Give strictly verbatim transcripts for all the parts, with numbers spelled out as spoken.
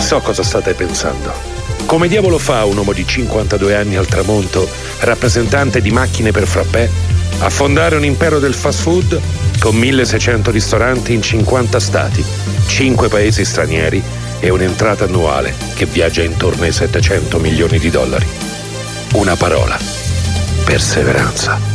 So cosa state pensando. Come diavolo fa un uomo di cinquantadue anni al tramonto, rappresentante di macchine per frappè, a fondare un impero del fast food con milleseicento ristoranti in cinquanta stati, cinque paesi stranieri e un'entrata annuale che viaggia intorno ai settecento milioni di dollari? Una parola: perseveranza.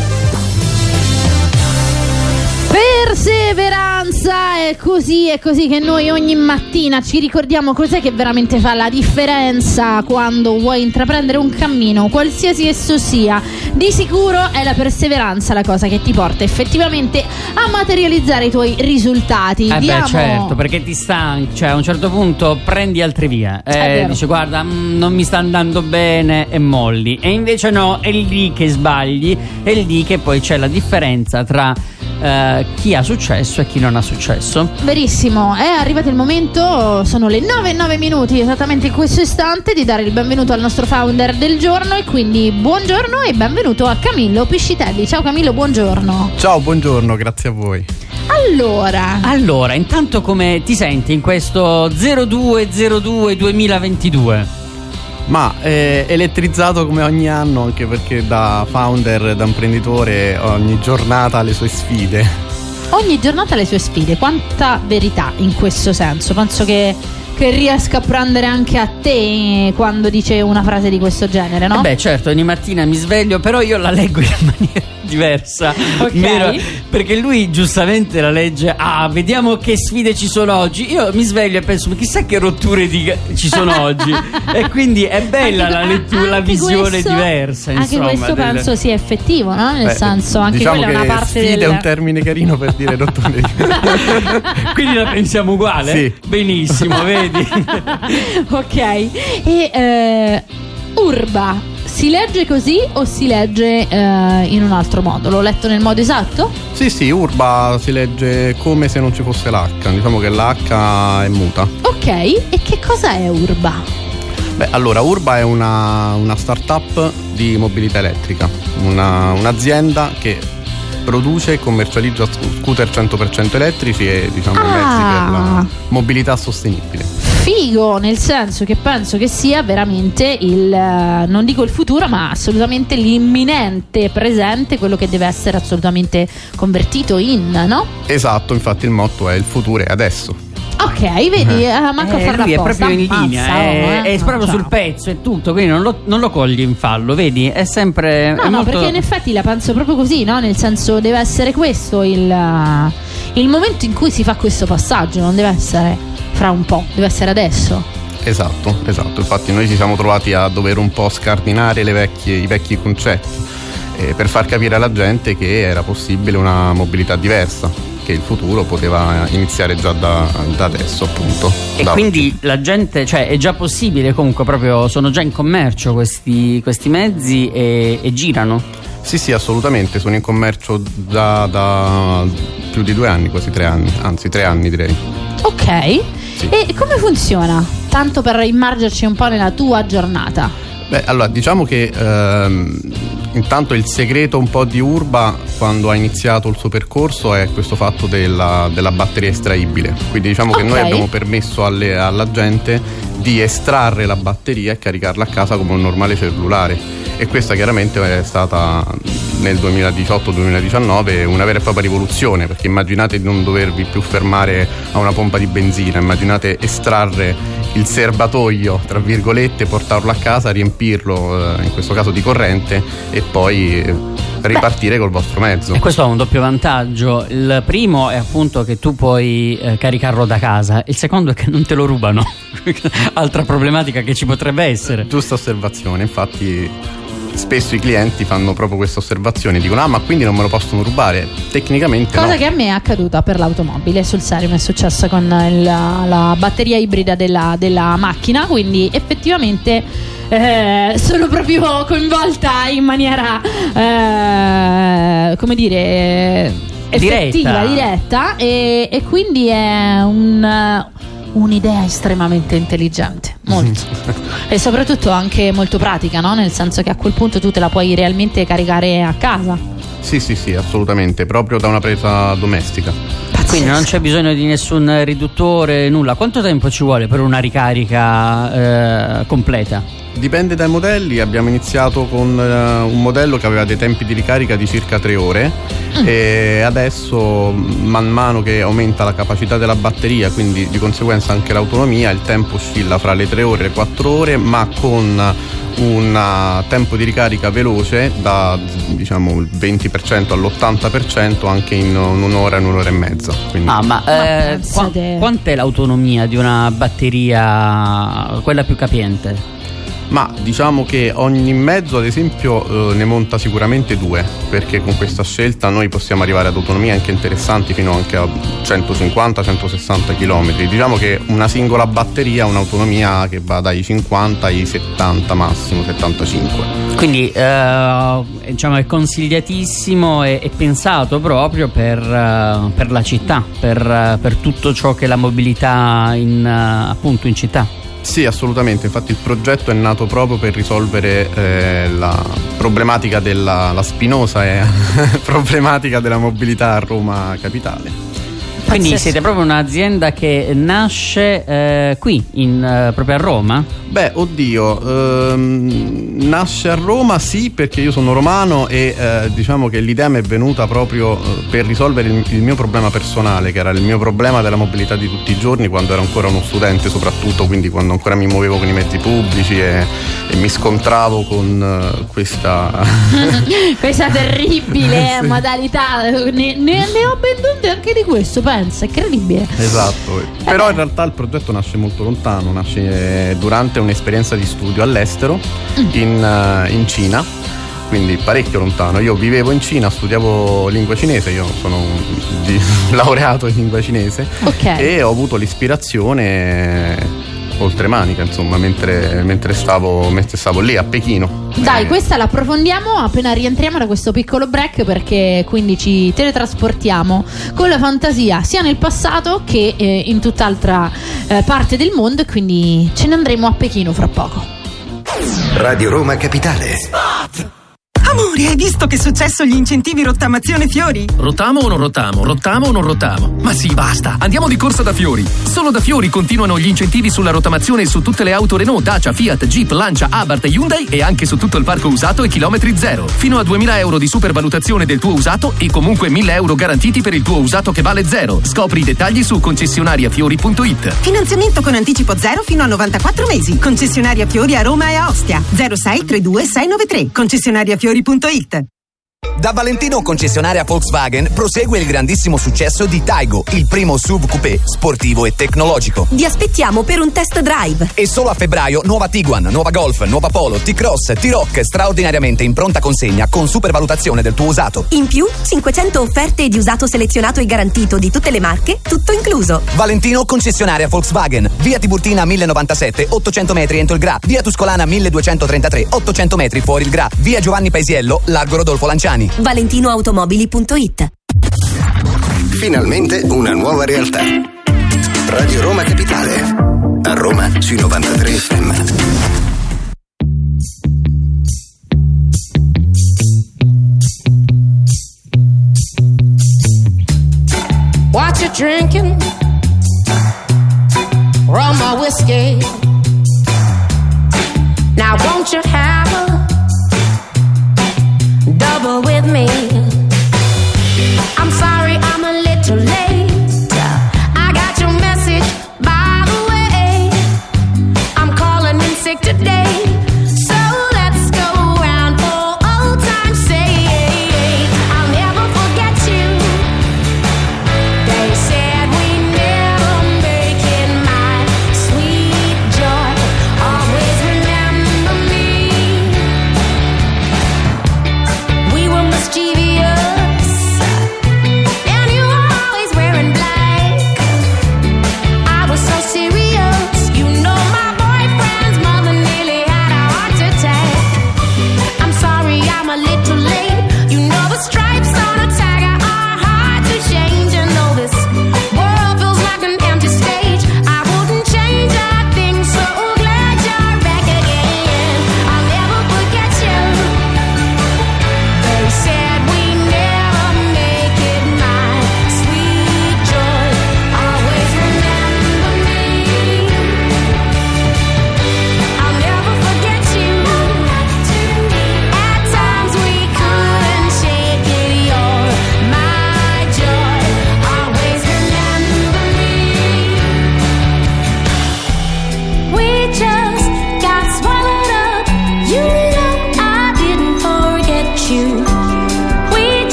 Perseveranza, è così, è così che noi ogni mattina ci ricordiamo cos'è che veramente fa la differenza quando vuoi intraprendere un cammino, qualsiasi esso sia. Di sicuro è la perseveranza la cosa che ti porta effettivamente a materializzare i tuoi risultati. Eh Diamo... beh, certo, perché ti stanchi, cioè a un certo punto prendi altre vie, eh, dici guarda mh, non mi sta andando bene e molli, e invece no, è lì che sbagli, è lì che poi c'è la differenza tra Uh, chi ha successo e chi non ha successo. Verissimo, è arrivato il momento, sono le nove e nove minuti esattamente in questo istante, di dare il benvenuto al nostro founder del giorno, e quindi buongiorno e benvenuto a Camillo Piscitelli. Ciao Camillo, buongiorno. Ciao, buongiorno, grazie a voi. Allora Allora, intanto come ti senti in questo zero due zero due duemilaventidue? Ma eh, elettrizzato come ogni anno, anche perché da founder, da imprenditore, ogni giornata ha le sue sfide. Ogni giornata ha le sue sfide, quanta verità in questo senso. Penso che, che riesca a prendere anche a te quando dice una frase di questo genere, no? Eh beh, certo, ogni mattina mi sveglio, però io la leggo in maniera diversa. Ok. Meno, perché lui giustamente la legge, ah, vediamo che sfide ci sono oggi. Io mi sveglio e penso, ma chissà che rotture di, ci sono oggi. E quindi è bella Anche- la lettura, la visione questo- diversa, Anche insomma, questo del- penso sia effettivo, no? Nel Beh, senso, anche diciamo quella è che una parte sfide del... è un termine carino per dire rotture. Quindi la pensiamo uguale? Sì. Benissimo, vedi? Ok. E eh, Urba si legge così o si legge eh, in un altro modo? L'ho letto nel modo esatto? Sì, sì, Urba si legge come se non ci fosse l'H. Diciamo che l'H è muta. Ok, e che cosa è Urba? Beh, allora, Urba è una, una startup di mobilità elettrica, una, un'azienda che produce e commercializza scooter cento per cento elettrici e, diciamo, Ah. mezzi per la mobilità sostenibile. Figo, nel senso che penso che sia veramente il, eh, non dico il futuro, ma assolutamente l'imminente presente, quello che deve essere assolutamente convertito in, no? Esatto, infatti il motto è il futuro è adesso. Ok, vedi, eh, manco a Eh, farla lui è apposta. proprio in linea, Mazza, è, oh, eh. è proprio Ciao. sul pezzo, è tutto, quindi non lo, non lo cogli in fallo, vedi? È sempre. No, è no, molto... perché in effetti la penso proprio così, no? Nel senso, deve essere questo il, il momento in cui si fa questo passaggio, non deve essere fra un po', deve essere adesso. Esatto, esatto. Infatti noi ci siamo trovati a dover un po' scardinare le vecchie, i vecchi concetti eh, per far capire alla gente che era possibile una mobilità diversa, che il futuro poteva iniziare già da, da adesso, appunto. E da quindi la gente, cioè è già possibile comunque, proprio sono già in commercio questi, questi mezzi e, e girano. Sì, sì, assolutamente, sono in commercio già da più di due anni, quasi tre anni, anzi tre anni direi. Ok, Sì. e come funziona? Tanto per immergerci un po' nella tua giornata. Beh, allora diciamo che ehm, intanto il segreto un po' di Urba quando ha iniziato il suo percorso è questo fatto della, della batteria estraibile. Quindi diciamo Ok. che noi abbiamo permesso alle- alla gente di estrarre la batteria e caricarla a casa come un normale cellulare, e questa chiaramente è stata nel duemiladiciotto duemiladiciannove una vera e propria rivoluzione, perché immaginate di non dovervi più fermare a una pompa di benzina, immaginate estrarre il serbatoio tra virgolette, portarlo a casa, riempirlo eh, in questo caso di corrente e poi eh, ripartire col vostro mezzo. E questo ha un doppio vantaggio. Il primo è appunto che tu puoi eh, caricarlo da casa, il secondo è che non te lo rubano. Altra problematica che ci potrebbe essere. Giusta osservazione, infatti spesso i clienti fanno proprio questa osservazione, dicono ah ma quindi non me lo possono rubare? Tecnicamente Cosa no. che a me è accaduta per l'automobile, sul serio mi è successo con il- la batteria ibrida della, della macchina, quindi effettivamente eh, sono proprio coinvolta in maniera eh, come dire effettiva, Diretta. diretta e, e quindi è un un'idea estremamente intelligente, molto. E soprattutto anche molto pratica, no? Nel senso che a quel punto tu te la puoi realmente caricare a casa. Sì sì sì, assolutamente, proprio da una presa domestica. Quindi non c'è bisogno di nessun riduttore, nulla. Quanto tempo ci vuole per una ricarica eh, completa? Dipende dai modelli. Abbiamo iniziato con uh, un modello che aveva dei tempi di ricarica di circa tre ore mm. e adesso, man mano che aumenta la capacità della batteria, quindi di conseguenza anche l'autonomia, il tempo oscilla fra le tre ore e le quattro ore, ma con un tempo di ricarica veloce da, diciamo, il venti per cento all'ottanta per cento anche in un'ora e un'ora e mezza. Quindi... Ah, ma eh, qua, quant'è l'autonomia di una batteria, quella più capiente? Ma diciamo che ogni mezzo, ad esempio, eh, ne monta sicuramente due, perché con questa scelta noi possiamo arrivare ad autonomie anche interessanti fino anche a centocinquanta centosessanta chilometri. Diciamo che una singola batteria ha un'autonomia che va dai cinquanta ai settanta, massimo settantacinque. Quindi eh, diciamo è consigliatissimo e, e pensato proprio per, uh, per la città, per, uh, per tutto ciò che è la mobilità in, uh, appunto in città. Sì, assolutamente, infatti il progetto è nato proprio per risolvere eh, la problematica della la spinosa e problematica della mobilità a Roma capitale. Quindi Pazzesco. Siete proprio un'azienda che nasce eh, qui, in, eh, proprio a Roma? Beh, oddio, ehm, nasce a Roma sì, perché io sono romano e eh, diciamo che l'idea mi è venuta proprio eh, per risolvere il, il mio problema personale, che era il mio problema della mobilità di tutti i giorni quando ero ancora uno studente, soprattutto, quindi quando ancora mi muovevo con i mezzi pubblici e, e mi scontravo con uh, questa questa terribile sì. modalità. Ne, ne, ne ho vendute anche di questo, pensa, è incredibile. Esatto, però in realtà il progetto nasce molto lontano, nasce durante un'esperienza di studio all'estero in, uh, in Cina, quindi parecchio lontano. Io vivevo in Cina, studiavo lingua cinese, io sono un, di, laureato in lingua cinese, okay. E ho avuto l'ispirazione oltremanica, insomma, mentre, mentre, stavo, mentre stavo lì a Pechino. Dai, eh. questa l'approfondiamo appena rientriamo da questo piccolo break, perché quindi ci teletrasportiamo con la fantasia sia nel passato che eh, in tutt'altra eh, parte del mondo, e quindi ce ne andremo a Pechino fra poco. Radio Roma Capitale. Spot! Amore, hai visto che è successo agli incentivi rottamazione Fiori? Rottamo o non rottamo? Rottamo o non rottamo? Ma sì, basta! Andiamo di corsa da Fiori! Solo da Fiori continuano gli incentivi sulla rottamazione su tutte le auto Renault, Dacia, Fiat, Jeep, Lancia, Abarth e Hyundai, e anche su tutto il parco usato e chilometri zero. Fino a duemila euro di supervalutazione del tuo usato e comunque mille euro garantiti per il tuo usato che vale zero. Scopri i dettagli su concessionariafiori punto it. Finanziamento con anticipo zero fino a novantaquattro mesi. Concessionaria Fiori a Roma e a Ostia. zero sei trentadue seicentonovantatré. Concessionaria Fiori punto it. Da Valentino concessionaria Volkswagen prosegue il grandissimo successo di Taigo, il primo S U V coupé sportivo e tecnologico. Vi aspettiamo per un test drive. E solo a febbraio nuova Tiguan, nuova Golf, nuova Polo, T-Cross, T-Roc straordinariamente in pronta consegna con supervalutazione del tuo usato. In più cinquecento offerte di usato selezionato e garantito di tutte le marche, tutto incluso. Valentino concessionaria Volkswagen, via Tiburtina mille novantasette, ottocento metri entro il Gra, via Tuscolana milleduecentotrentatré, ottocento metri fuori il Gra, via Giovanni Paesiello, largo Rodolfo Lanciani. valentinoautomobili punto it. Finalmente una nuova realtà. Radio Roma Capitale. A Roma sui novantatré F M. What you drinking? Rum or whiskey? Now won't you have a double with me? I'm sorry I'm a little late. I got your message, by the way. I'm calling in sick today, so let's go round for old time's sake. I'll never forget you. They said we never make it, my sweet joy. Always remember me. We were mischievous,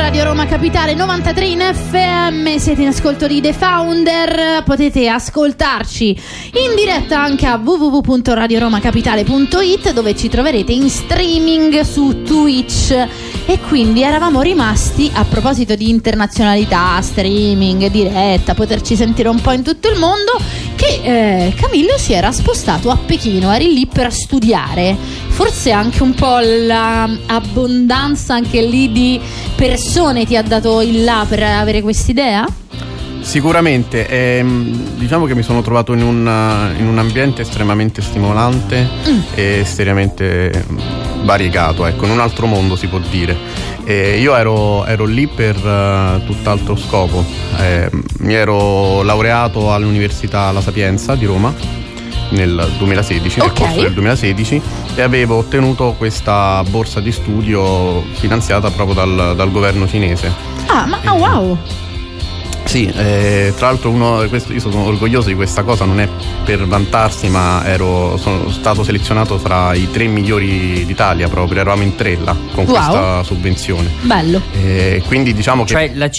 Radio Roma Capitale novantatré in F M, siete in ascolto di The Founder, potete ascoltarci in diretta anche a w w w punto radio roma capitale punto i t, dove ci troverete in streaming su Twitch. E quindi eravamo rimasti, a proposito di internazionalità, streaming, diretta, poterci sentire un po' in tutto il mondo, che eh, Camillo si era spostato a Pechino, eri lì per studiare. Forse anche un po' l'abbondanza anche lì di persone ti ha dato il là per avere quest'idea? Sicuramente, ehm, diciamo che mi sono trovato in un, in un ambiente estremamente stimolante mm. e estremamente variegato, ecco, in un altro mondo si può dire. E io ero, ero lì per uh, tutt'altro scopo. Eh, mi ero laureato all'Università La Sapienza di Roma nel duemilasedici, nel okay. corso del duemilasedici, e avevo ottenuto questa borsa di studio finanziata proprio dal, dal governo cinese. Ah, ma oh, wow! Sì, eh, tra l'altro uno, questo, io sono orgoglioso di questa cosa, non è per vantarsi, ma ero, sono stato selezionato fra i tre migliori d'Italia proprio, eravamo in tre là con wow. questa sovvenzione. Bello. Eh, quindi diciamo che... Cioè la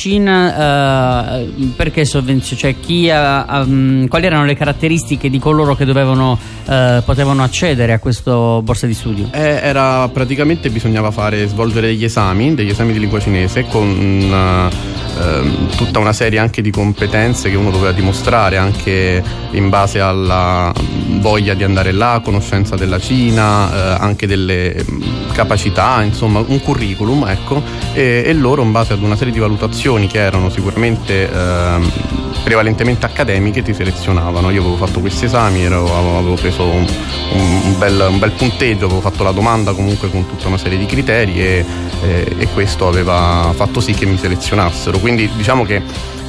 Cina, uh, perché sovvenzione? Cioè chi ha, um, quali erano le caratteristiche di coloro che dovevano, uh, potevano accedere a questo borsa di studio? Eh, era praticamente, bisognava fare, svolgere degli esami, degli esami di lingua cinese con... Uh, tutta una serie anche di competenze che uno doveva dimostrare anche in base alla voglia di andare là, conoscenza della Cina, eh, anche delle capacità, insomma un curriculum, ecco, e, e loro in base ad una serie di valutazioni che erano sicuramente eh, prevalentemente accademiche ti selezionavano. Io avevo fatto questi esami, ero, avevo preso un, un, bel, un bel punteggio, avevo fatto la domanda comunque con tutta una serie di criteri e, e, e questo aveva fatto sì che mi selezionassero. Quindi diciamo che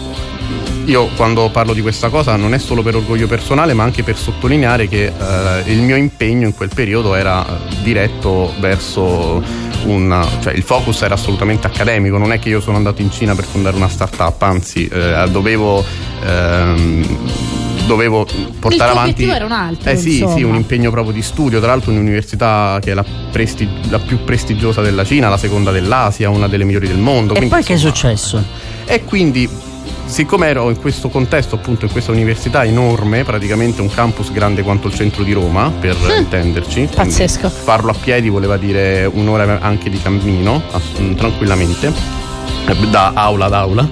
io quando parlo di questa cosa non è solo per orgoglio personale, ma anche per sottolineare che eh, il mio impegno in quel periodo era diretto verso un, cioè il focus era assolutamente accademico. Non è che io sono andato in Cina per fondare una startup, anzi eh, dovevo ehm, dovevo portare avanti. L'obiettivo era un altro. Eh sì, insomma. sì, un impegno proprio di studio. Tra l'altro un'università che è la, presti- la più prestigiosa della Cina, la seconda dell'Asia, una delle migliori del mondo. E quindi, poi insomma, che è successo? E quindi, siccome ero in questo contesto, appunto in questa università enorme, praticamente un campus grande quanto il centro di Roma, per mm. intenderci, pazzesco, farlo a piedi voleva dire un'ora anche di cammino, ass- tranquillamente, da aula ad aula.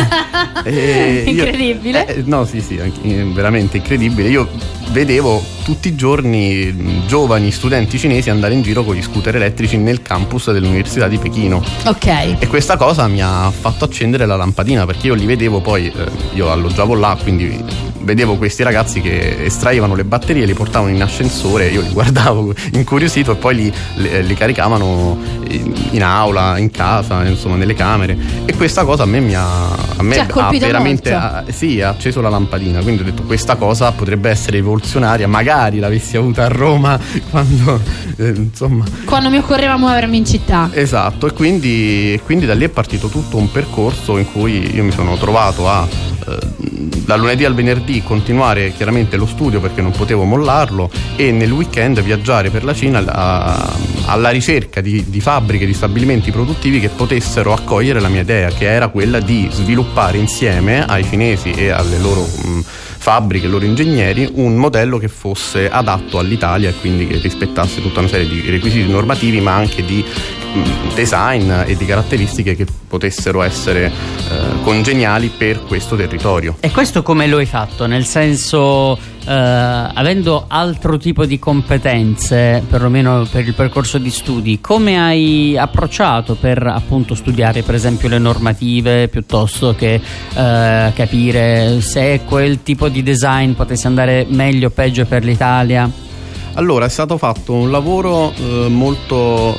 E incredibile. Io, eh, no sì sì veramente incredibile. Io vedevo tutti i giorni giovani studenti cinesi andare in giro con gli scooter elettrici nel campus dell'Università di Pechino. Ok. E questa cosa mi ha fatto accendere la lampadina, perché io li vedevo poi, eh, io alloggiavo là, quindi vedevo questi ragazzi che estraevano le batterie, li portavano in ascensore, io li guardavo incuriosito e poi li, li, li caricavano in, in aula, in casa, insomma nelle camere. E questa cosa a me mi ha, a me ha, ha veramente ha, sì, ha acceso la lampadina. Quindi ho detto questa cosa potrebbe essere rivoluzionaria, magari l'avessi avuta a Roma quando eh, insomma quando mi occorreva muovermi in città. Esatto. E quindi, quindi da lì è partito tutto un percorso in cui io mi sono trovato a eh, dal lunedì al venerdì continuare chiaramente lo studio, perché non potevo mollarlo, e nel weekend viaggiare per la Cina a, alla ricerca di, di fabbriche, di stabilimenti produttivi che potessero accogliere la mia idea, che era quella di sviluppare insieme ai cinesi e alle loro mh, fabbriche, ai loro ingegneri, un modello che fosse adatto all'Italia e quindi che rispettasse tutta una serie di requisiti normativi, ma anche di mh, design e di caratteristiche che potessero essere eh, congeniali per questo territorio. E questo come lo hai fatto? Nel senso, eh, avendo altro tipo di competenze, perlomeno per il percorso di studi, come hai approcciato per appunto studiare per esempio le normative, piuttosto che eh, capire se quel tipo di design potesse andare meglio o peggio per l'Italia? Allora, è stato fatto un lavoro eh, molto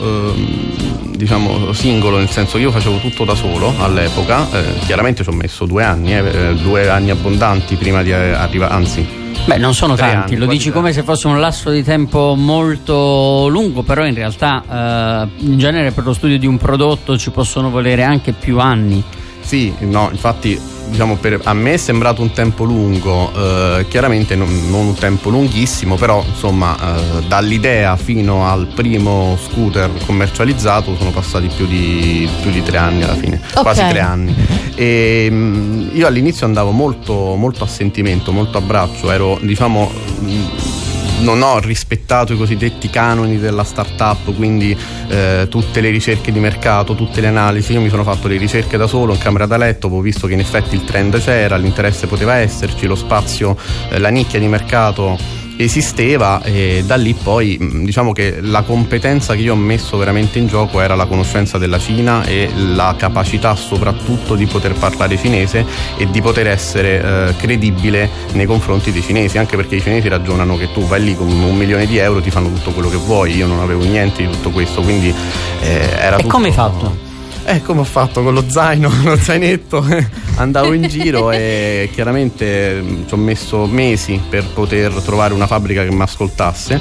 eh, diciamo singolo, nel senso che io facevo tutto da solo all'epoca. Eh, chiaramente ci ho messo due anni, eh, due anni abbondanti prima di arrivare, anzi beh, non sono tanti, anni, lo dici come se fosse un lasso di tempo molto lungo, però in realtà eh, in genere per lo studio di un prodotto ci possono volere anche più anni. Sì, no, infatti diciamo per, a me è sembrato un tempo lungo, eh, chiaramente non, non un tempo lunghissimo, però insomma eh, dall'idea fino al primo scooter commercializzato sono passati più di, più di tre anni alla fine, okay. Quasi tre anni. E mh, io all'inizio andavo molto, molto a sentimento, molto a braccio, ero diciamo... Mh, non ho rispettato i cosiddetti canoni della startup, quindi eh, tutte le ricerche di mercato, tutte le analisi. Io mi sono fatto le ricerche da solo in camera da letto, ho visto che in effetti il trend c'era, l'interesse poteva esserci, lo spazio, eh, la nicchia di mercato esisteva, e da lì poi diciamo che la competenza che io ho messo veramente in gioco era la conoscenza della Cina e la capacità soprattutto di poter parlare cinese e di poter essere eh, credibile nei confronti dei cinesi, anche perché i cinesi ragionano che tu vai lì con un milione di euro, ti fanno tutto quello che vuoi. Io non avevo niente di tutto questo, quindi eh, era e tutto... come hai fatto? Eh, come ho fatto con lo zaino, lo zainetto, andavo in giro e chiaramente ci ho messo mesi per poter trovare una fabbrica che mi ascoltasse,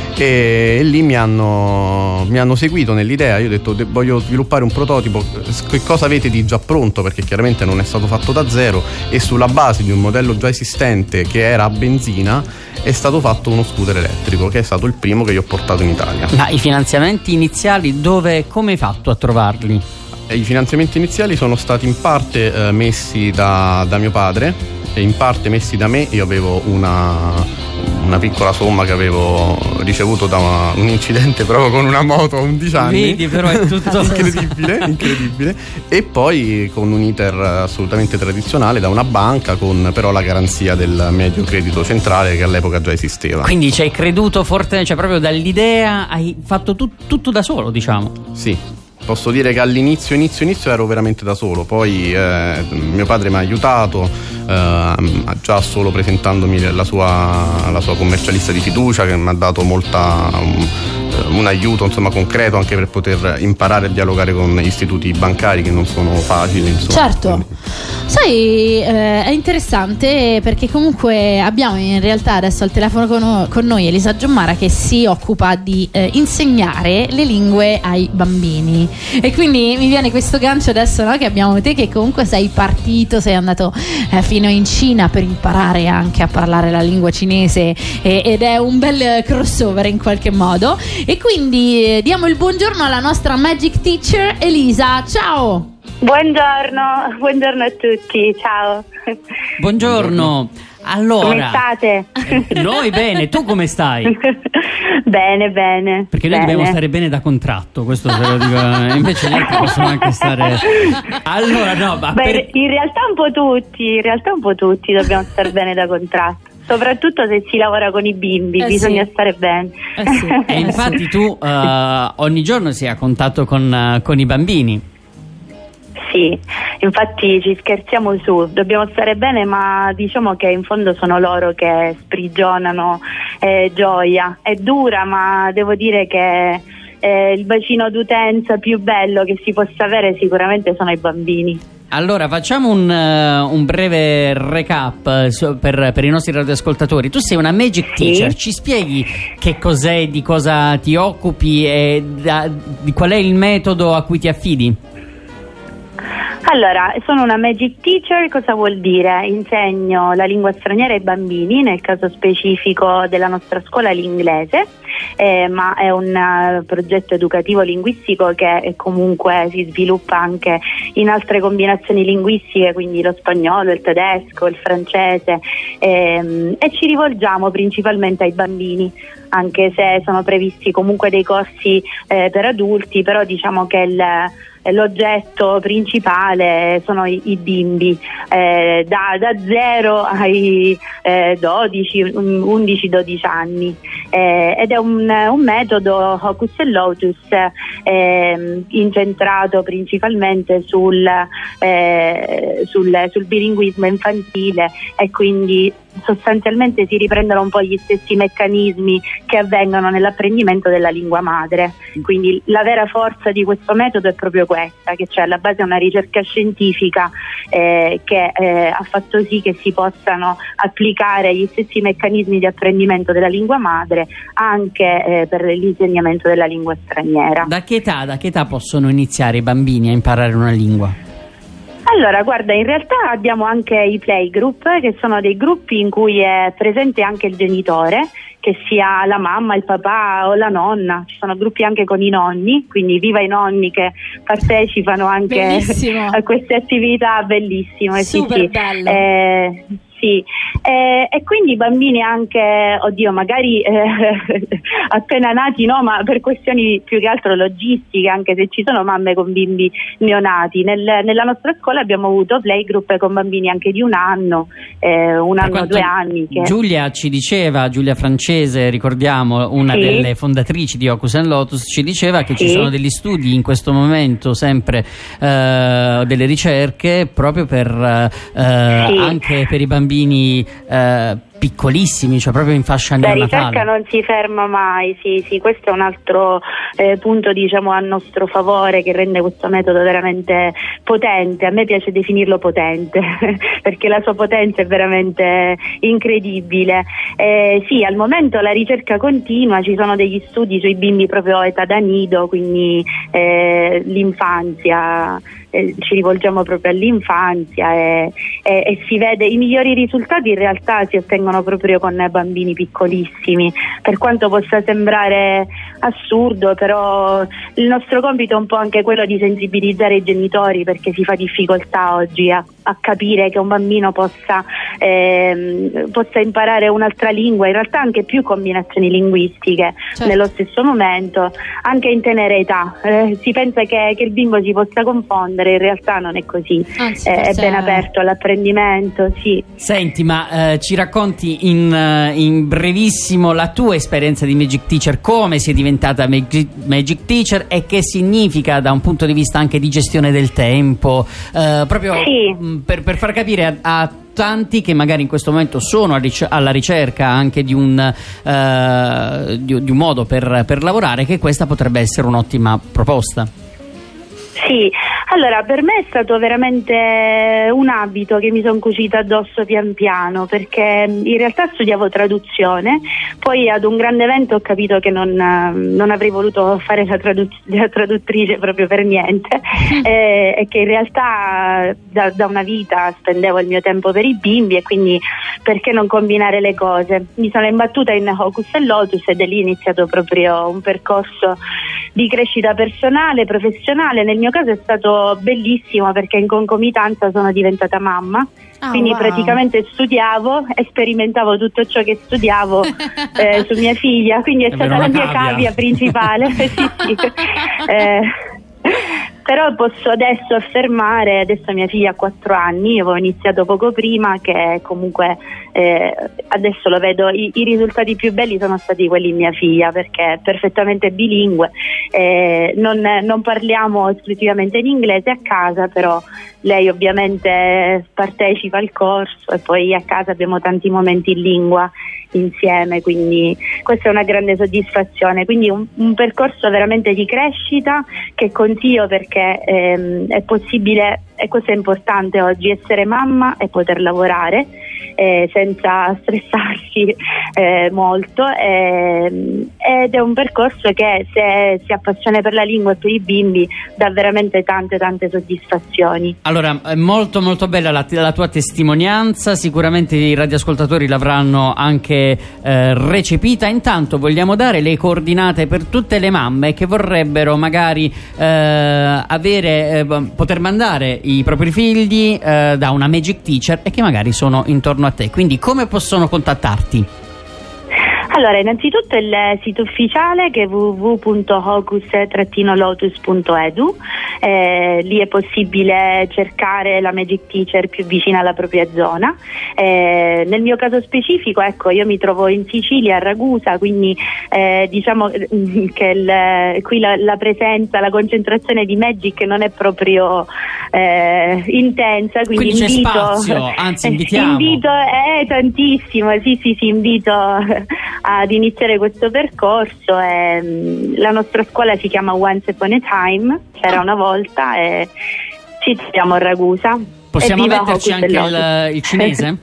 e, e lì mi hanno, mi hanno seguito nell'idea. Io ho detto de- voglio sviluppare un prototipo, che cosa avete di già pronto, perché chiaramente non è stato fatto da zero, e sulla base di un modello già esistente che era a benzina è stato fatto uno scooter elettrico, che è stato il primo che io ho portato in Italia. Ma i finanziamenti iniziali dove, come hai fatto a trovarli? I finanziamenti iniziali sono stati in parte eh, messi da, da mio padre e in parte messi da me. Io avevo una, una piccola somma che avevo ricevuto da una, un incidente proprio con una moto a undici anni. Vedi, però è tutto incredibile, incredibile. E poi con un iter assolutamente tradizionale da una banca, con però la garanzia del Medio Credito Centrale che all'epoca già esisteva. Quindi ci hai creduto forte, cioè proprio dall'idea hai fatto tu, tutto da solo, diciamo. Sì. Posso dire che all'inizio, inizio, inizio ero veramente da solo, poi eh, mio padre mi ha aiutato, eh, già solo presentandomi la sua, la sua commercialista di fiducia, che mi ha dato molta, un, un aiuto insomma concreto anche per poter imparare a dialogare con istituti bancari, che non sono facili, insomma. Certo. Quindi... Sai, eh, è interessante perché comunque abbiamo in realtà adesso al telefono con, con noi Elisa Giammara, che si occupa di eh, insegnare le lingue ai bambini. E quindi mi viene questo gancio adesso, no, che abbiamo te, che comunque sei partito, sei andato eh, fino in Cina per imparare anche a parlare la lingua cinese, e, ed è un bel crossover in qualche modo. E quindi eh, diamo il buongiorno alla nostra Magic Teacher Elisa. Ciao! Buongiorno, buongiorno a tutti, ciao. Buongiorno. Allora, come state? Eh, noi bene, tu come stai? Bene, bene. Perché noi bene. dobbiamo stare bene da contratto, questo te lo dico, invece gli altri possono anche stare. Allora, no, ma Beh, per... in realtà un po' tutti, in realtà un po' tutti dobbiamo stare bene da contratto. Soprattutto se si lavora con i bimbi, eh bisogna sì. stare bene. Eh sì. E infatti tu uh, ogni giorno sei a contatto con, uh, con i bambini. Sì, infatti ci scherziamo su, dobbiamo stare bene, ma diciamo che in fondo sono loro che sprigionano eh, gioia. È dura, ma devo dire che eh, il bacino d'utenza più bello che si possa avere sicuramente sono i bambini. Allora facciamo un, uh, un breve recap uh, su, per, per i nostri radioascoltatori. Tu sei una Magic Teacher, sì. Ci spieghi che cos'è, di cosa ti occupi e da, di qual è il metodo a cui ti affidi? Allora, sono una Magic Teacher, cosa vuol dire? Insegno la lingua straniera ai bambini, nel caso specifico della nostra scuola l'inglese, eh, ma è un uh, progetto educativo linguistico che eh, comunque si sviluppa anche in altre combinazioni linguistiche, quindi lo spagnolo, il tedesco, il francese, ehm, e ci rivolgiamo principalmente ai bambini, anche se sono previsti comunque dei corsi eh, per adulti, però diciamo che il l'oggetto principale sono i, i bimbi, eh, da, da zero ai eh, dodici, undici dodici anni, eh, ed è un, un metodo Hocus e Lotus eh, incentrato principalmente sul, eh, sul, sul bilinguismo infantile, e quindi sostanzialmente si riprendono un po' gli stessi meccanismi che avvengono nell'apprendimento della lingua madre. Quindi la vera forza di questo metodo è proprio questa, che c'è alla base una ricerca scientifica eh, che eh, ha fatto sì che si possano applicare gli stessi meccanismi di apprendimento della lingua madre anche eh, per l'insegnamento della lingua straniera. Da che età, da che età possono iniziare i bambini a imparare una lingua? Allora, guarda, in realtà abbiamo anche i playgroup, che sono dei gruppi in cui è presente anche il genitore, che sia la mamma, il papà o la nonna. Ci sono gruppi anche con i nonni, quindi viva i nonni che partecipano anche Bellissimo. a queste attività bellissime. Super sì, sì. bello. Eh, sì, eh, e quindi i bambini anche, oddio, magari eh, appena nati, no, ma per questioni più che altro logistiche, anche se ci sono mamme con bimbi neonati. Nel, nella nostra scuola abbiamo avuto playgroup con bambini anche di un anno, eh, un Per anno, quanto due anni. Che... Giulia ci diceva, Giulia Francese, ricordiamo, una Sì. delle fondatrici di Hocus and Lotus, ci diceva che Sì. ci sono degli studi in questo momento, sempre eh, delle ricerche proprio per eh, Sì. anche per i bambini eh, piccolissimi, cioè proprio in fascia La neonatale. ricerca non si ferma mai, sì, sì, questo è un altro eh, punto, diciamo, a nostro favore, che rende questo metodo veramente potente. A me piace definirlo potente perché la sua potenza è veramente incredibile. Eh, sì, al momento la ricerca continua, ci sono degli studi sui bimbi proprio età da nido, quindi eh, l'infanzia, eh, ci rivolgiamo proprio all'infanzia e, e, e si vede i migliori risultati in realtà si ottengono proprio con bambini piccolissimi. Per quanto possa sembrare assurdo, però il nostro compito è un po' anche quello di sensibilizzare i genitori, perché si fa difficoltà oggi a, a capire che un bambino possa, ehm, possa imparare un'altra lingua, in realtà anche più combinazioni linguistiche, certo, nello stesso momento, anche in tenera età. Eh, si pensa che, che il bimbo si possa confondere, in realtà non è così. Anzi, eh, è forse ben è- aperto all'apprendimento, sì. Senti, ma eh, ci racconti in, eh, in brevissimo la tua esperienza di Magic Teacher, come sei diventata Magic, Magic Teacher e che significa da un punto di vista anche di gestione del tempo, eh, proprio Sì. mh, per, per far capire a, a tanti che magari in questo momento sono a ric- alla ricerca anche di un, eh, di, di un modo per, per lavorare, che questa potrebbe essere un'ottima proposta. Sì, allora per me è stato veramente un abito che mi sono cucita addosso pian piano, perché in realtà studiavo traduzione, poi ad un grande evento ho capito che non, non avrei voluto fare la, tradu- la traduttrice proprio per niente e, e che in realtà da, da una vita spendevo il mio tempo per i bimbi, e quindi perché non combinare le cose? Mi sono imbattuta in Hocus and Lotus ed è lì iniziato proprio un percorso di crescita personale, professionale. Nel mio caso è stato bellissimo perché in concomitanza sono diventata mamma, Ah, quindi wow. praticamente studiavo e sperimentavo tutto ciò che studiavo eh, su mia figlia, quindi è, È stata vero, la una mia cavia. cavia principale. Sì, sì. Eh, però posso adesso affermare, adesso mia figlia ha quattro anni, io avevo iniziato poco prima, che comunque eh, adesso lo vedo, i, i risultati più belli sono stati quelli in mia figlia, perché è perfettamente bilingue, eh, non, non parliamo esclusivamente in inglese a casa, però lei ovviamente partecipa al corso e poi a casa abbiamo tanti momenti in lingua insieme, quindi questa è una grande soddisfazione, quindi un, un percorso veramente di crescita che consiglio, perché ehm, è possibile, e questo è importante oggi, essere mamma e poter lavorare eh, senza stressarsi eh, molto, eh, ed è un percorso che, se si ha passione per la lingua e per i bimbi, dà veramente tante tante soddisfazioni. Allora, è molto molto bella la, la tua testimonianza, sicuramente i radioascoltatori l'avranno anche eh, recepita. Intanto vogliamo dare le coordinate per tutte le mamme che vorrebbero magari eh, avere, eh, poter mandare i propri figli eh, da una Magic Teacher e che magari sono intorno a te, quindi come possono contattarti? Allora, innanzitutto il sito ufficiale, che è w w w punto hocus lotus punto e d u, eh, lì è possibile cercare la Magic Teacher più vicina alla propria zona. Eh, nel mio caso specifico, ecco, io mi trovo in Sicilia, a Ragusa, quindi eh, diciamo che il, qui la, la presenza, la concentrazione di Magic non è proprio eh, intensa, quindi, Quindi c'è invito, spazio, anzi invitiamo. invito eh, tantissimo, sì sì sì, invito ad iniziare questo percorso. E, la nostra scuola si chiama Once Upon a Time, c'era una volta, e ci troviamo a Ragusa. Possiamo Evviva metterci Hocus anche Lotus. il, il cinese?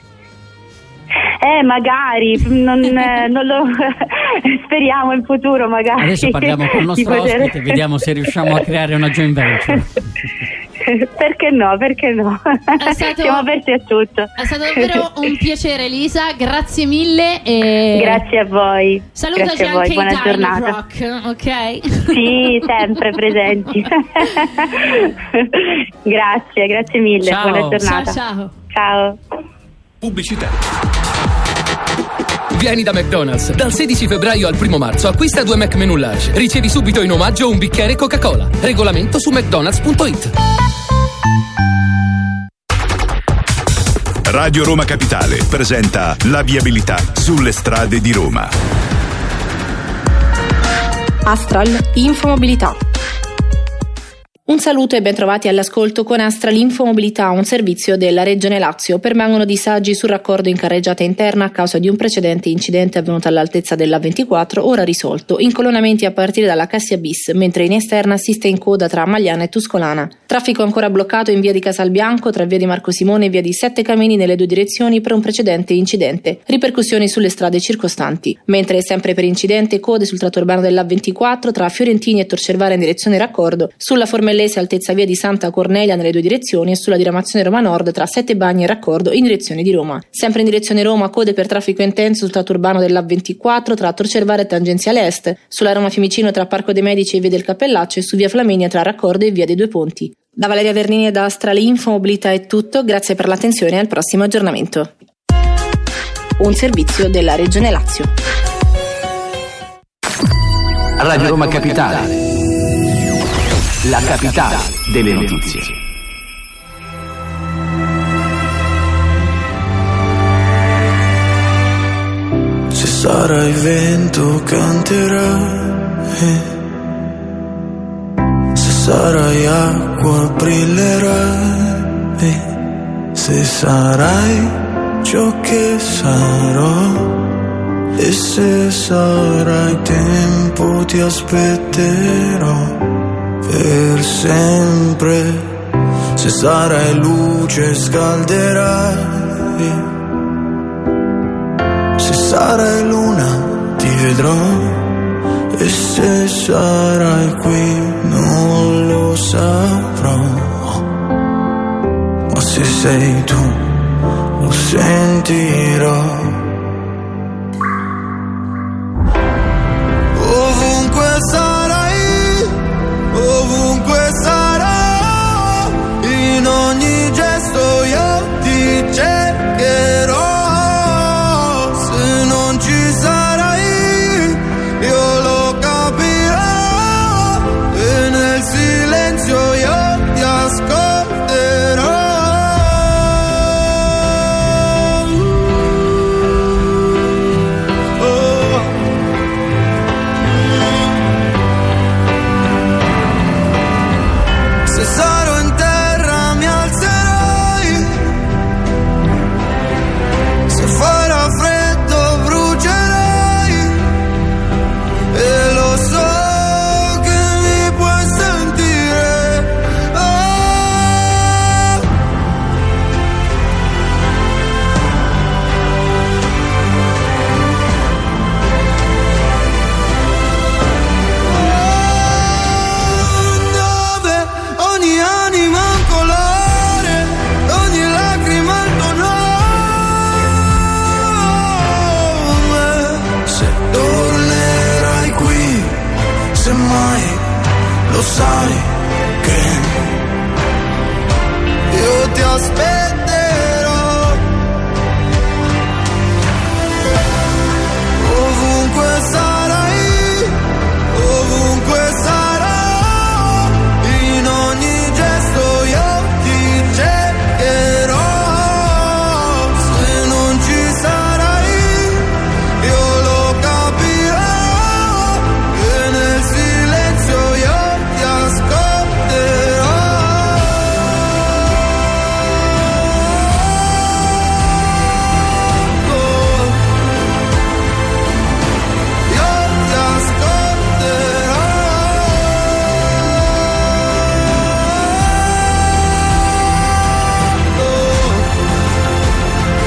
Eh, magari, non, eh, non lo speriamo in futuro, magari. Adesso parliamo con il di nostro poter- ospite e vediamo se riusciamo a creare una joint venture. Perché no, perché no? È stato, siamo aperti a tutto. È stato davvero un piacere, Elisa, grazie mille e grazie a voi. Salutaci grazie a voi. anche Buona in giornata. Rock, ok? Sì, sempre presenti. Grazie, grazie mille. Ciao. Buona giornata. Ciao, ciao. Ciao. Pubblicità. Vieni da McDonald's. Dal sedici febbraio al primo marzo acquista due McMenù Large. Ricevi subito in omaggio un bicchiere Coca-Cola. Regolamento su mcdonalds punto it. Radio Roma Capitale presenta la viabilità sulle strade di Roma. Astral Infomobilità. Un saluto e ben trovati all'ascolto con Astral Infomobilità, un servizio della Regione Lazio. Permangono disagi sul raccordo in carreggiata interna a causa di un precedente incidente avvenuto all'altezza della ventiquattro, ora risolto. Incolonnamenti a partire dalla Cassia Bis, mentre in esterna assiste in coda tra Magliana e Tuscolana. Traffico ancora bloccato in via di Casalbianco, tra via di Marco Simone e via di Sette Camini nelle due direzioni per un precedente incidente. Ripercussioni sulle strade circostanti. Mentre sempre per incidente, code sul tratto urbano della ventiquattro tra Fiorentini e Torcervara in direzione raccordo, sulla Formellese altezza via di Santa Cornelia nelle due direzioni e sulla diramazione Roma Nord tra Sette Bagni e raccordo in direzione di Roma. Sempre in direzione Roma, code per traffico intenso sul tratto urbano della ventiquattro tra Torcervara e tangenziale est, sulla Roma Fiumicino tra Parco dei Medici e via del Cappellaccio e su via Flaminia tra raccordo e via dei Due Ponti. Da Valeria Vernini e da Astral Infomobilità è tutto, grazie per l'attenzione e al prossimo aggiornamento. Un servizio della Regione Lazio. Radio Roma Capitale, la capitale delle notizie. Se sarai vento canterai, se sarai acqua brillerai, se sarai ciò che sarò, e se sarai tempo ti aspetterò per sempre. Se sarai luce scalderai, se sarai luna ti vedrò, e se sarai qui non lo saprò, ma se sei tu lo sentirò. Ovunque sarai, ovunque sarò, in ogni gesto io ti cercherò. Se non ci sarai, io lo capirò, e nel silenzio io ti ascolterò. Lo sai che io ti aspetterò, ovunque sarai, ovunque sarò, in ogni gesto io ti cercherò. Se non ci sarai, io lo capirò, e nel silenzio io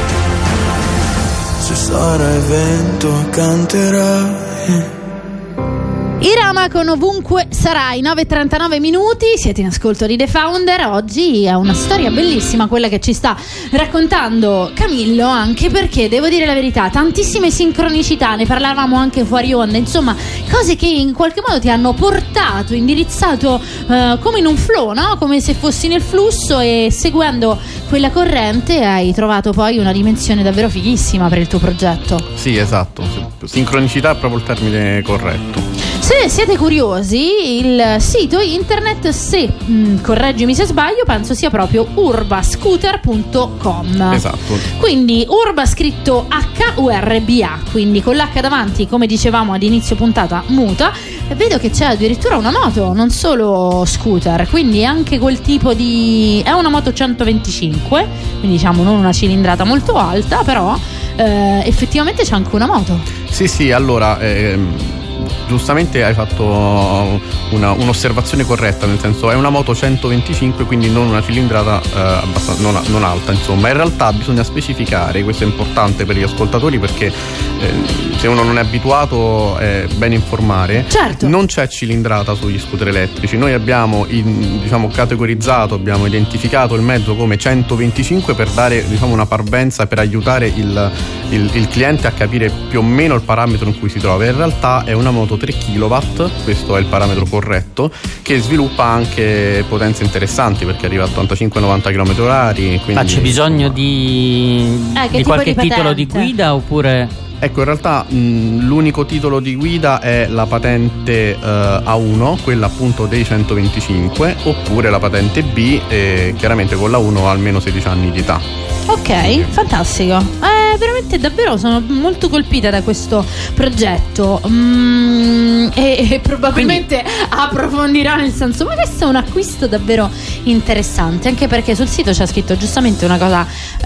sarai vento canterai, Irama con Ovunque Sarai, nove e trentanove minuti, siete in ascolto di The Founder. Oggi è una storia bellissima quella che ci sta raccontando Camillo, anche perché devo dire la verità, tantissime sincronicità, ne parlavamo anche fuori onda, insomma cose che in qualche modo ti hanno portato, indirizzato eh, come in un flow, no? Come se fossi nel flusso, e seguendo quella corrente hai trovato poi una dimensione davvero fighissima per il tuo progetto. Sì, esatto, sincronicità è proprio il termine corretto. Se siete curiosi, il sito internet, se mh, correggimi se sbaglio, penso sia proprio urbascooter punto com. Esatto. Quindi Urba scritto H U R B A, quindi con l'H davanti, come dicevamo ad inizio puntata, muta. E vedo che c'è addirittura una moto, non solo scooter, quindi anche quel tipo di... è una moto centoventicinque, quindi diciamo non una cilindrata molto alta, però eh, effettivamente c'è anche una moto. Sì, sì, allora... Ehm... giustamente hai fatto una, un'osservazione corretta, nel senso è una moto centoventicinque, quindi non una cilindrata eh, abbastanza, non, non alta, insomma. In realtà bisogna specificare, questo è importante per gli ascoltatori, perché eh, se uno non è abituato è bene informare. Certo. Non c'è cilindrata sugli scooter elettrici, noi abbiamo in, diciamo categorizzato, abbiamo identificato il mezzo come centoventicinque per dare, diciamo, una parvenza, per aiutare il, il, il cliente a capire più o meno il parametro in cui si trova. In realtà è una moto tre chilowatt, questo è il parametro corretto, che sviluppa anche potenze interessanti, perché arriva a ottantacinque novanta chilometri orari. Quindi, ma c'è bisogno di, eh, di qualche di titolo di guida oppure... Ecco, in realtà mh, l'unico titolo di guida è la patente uh, A uno, quella appunto dei centoventicinque, oppure la patente B, e chiaramente con la uno ha almeno sedici anni di età. Ok, fantastico. Eh, veramente davvero sono molto colpita da questo progetto. Mm, e, e probabilmente Quindi... approfondirò, nel senso, ma questo è un acquisto davvero interessante, anche perché sul sito c'è scritto giustamente una cosa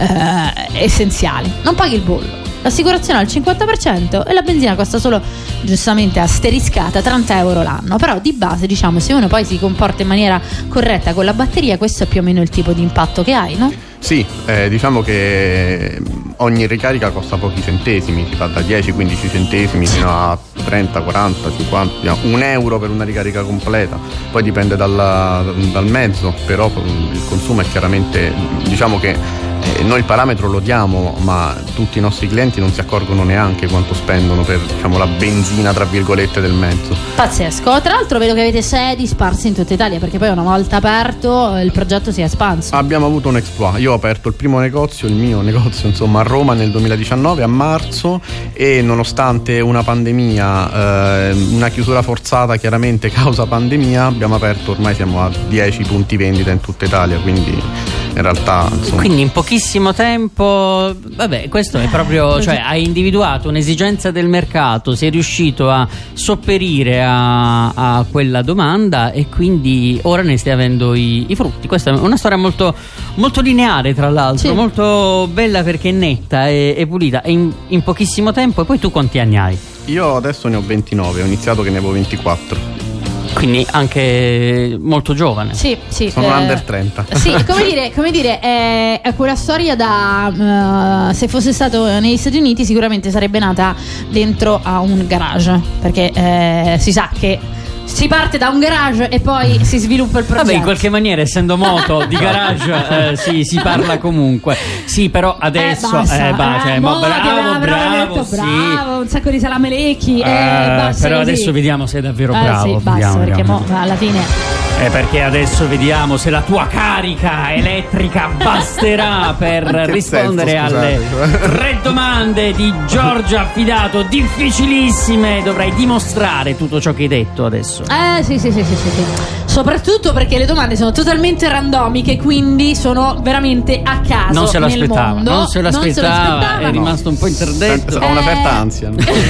eh, essenziale: non paghi il bollo, l'assicurazione al cinquanta per cento e la benzina costa solo, giustamente asteriscata, trenta euro l'anno. Però di base, diciamo, se uno poi si comporta in maniera corretta con la batteria, questo è più o meno il tipo di impatto che hai, no? Sì, eh, diciamo che ogni ricarica costa pochi centesimi, si fa da dieci quindici centesimi fino a trenta, quaranta, cinquanta, un euro per una ricarica completa. Poi dipende dalla, dal mezzo, però il consumo è chiaramente, diciamo che eh, noi il parametro lo diamo, ma tutti i nostri clienti non si accorgono neanche quanto spendono per, diciamo, la benzina tra virgolette del mezzo. Pazzesco. Tra l'altro vedo che avete sedi sparse in tutta Italia, perché poi una volta aperto il progetto si è espanso. Abbiamo avuto un exploit. Io ho aperto il primo negozio, il mio negozio insomma, a Roma nel duemiladiciannove, a marzo, e nonostante una pandemia, eh, una chiusura forzata chiaramente causa pandemia, abbiamo aperto, ormai siamo a dieci punti vendita in tutta Italia, quindi in realtà insomma... Quindi in pochissimo tempo, vabbè, questo è proprio, cioè hai individuato un'esigenza del mercato, sei riuscito a sopperire a, a quella domanda e quindi ora ne stai avendo i, i frutti. Questa è una storia molto, molto lineare, tra l'altro, sì, molto bella perché è netta e, e pulita, e in, in pochissimo tempo. E poi tu quanti anni hai? Io adesso ne ho ventinove, ho iniziato che ne avevo ventiquattro. Quindi anche molto giovane. Sì, sì. Sono eh, under trenta. Sì, come dire, come dire è, è quella storia da uh, se fosse stato negli Stati Uniti sicuramente sarebbe nata dentro a un garage, perché eh, si sa che si parte da un garage e poi si sviluppa il progetto. Vabbè, in qualche maniera, essendo moto di garage, eh, sì, si parla comunque. Sì, però adesso eh, basta, eh, bah, cioè, eh, mo, bravo, bravo, detto, sì. bravo, un sacco di salamelecchi. Eh, eh, però così. Adesso vediamo se è davvero eh, bravo. Sì, basta, vediamo, perché vediamo. mo, alla fine. Eh, perché adesso vediamo se la tua carica elettrica basterà per rispondere senso, alle tre domande di Giorgia Affidato, difficilissime. Dovrai dimostrare tutto ciò che hai detto adesso. Eh sì sì sì sì sì, sì. Soprattutto perché le domande sono totalmente randomiche, quindi sono veramente a caso. Non se nel l'aspettava, mondo. non se l'aspettava, non se l'aspettava. È rimasto un po' interdetto. Ho una certa ansia.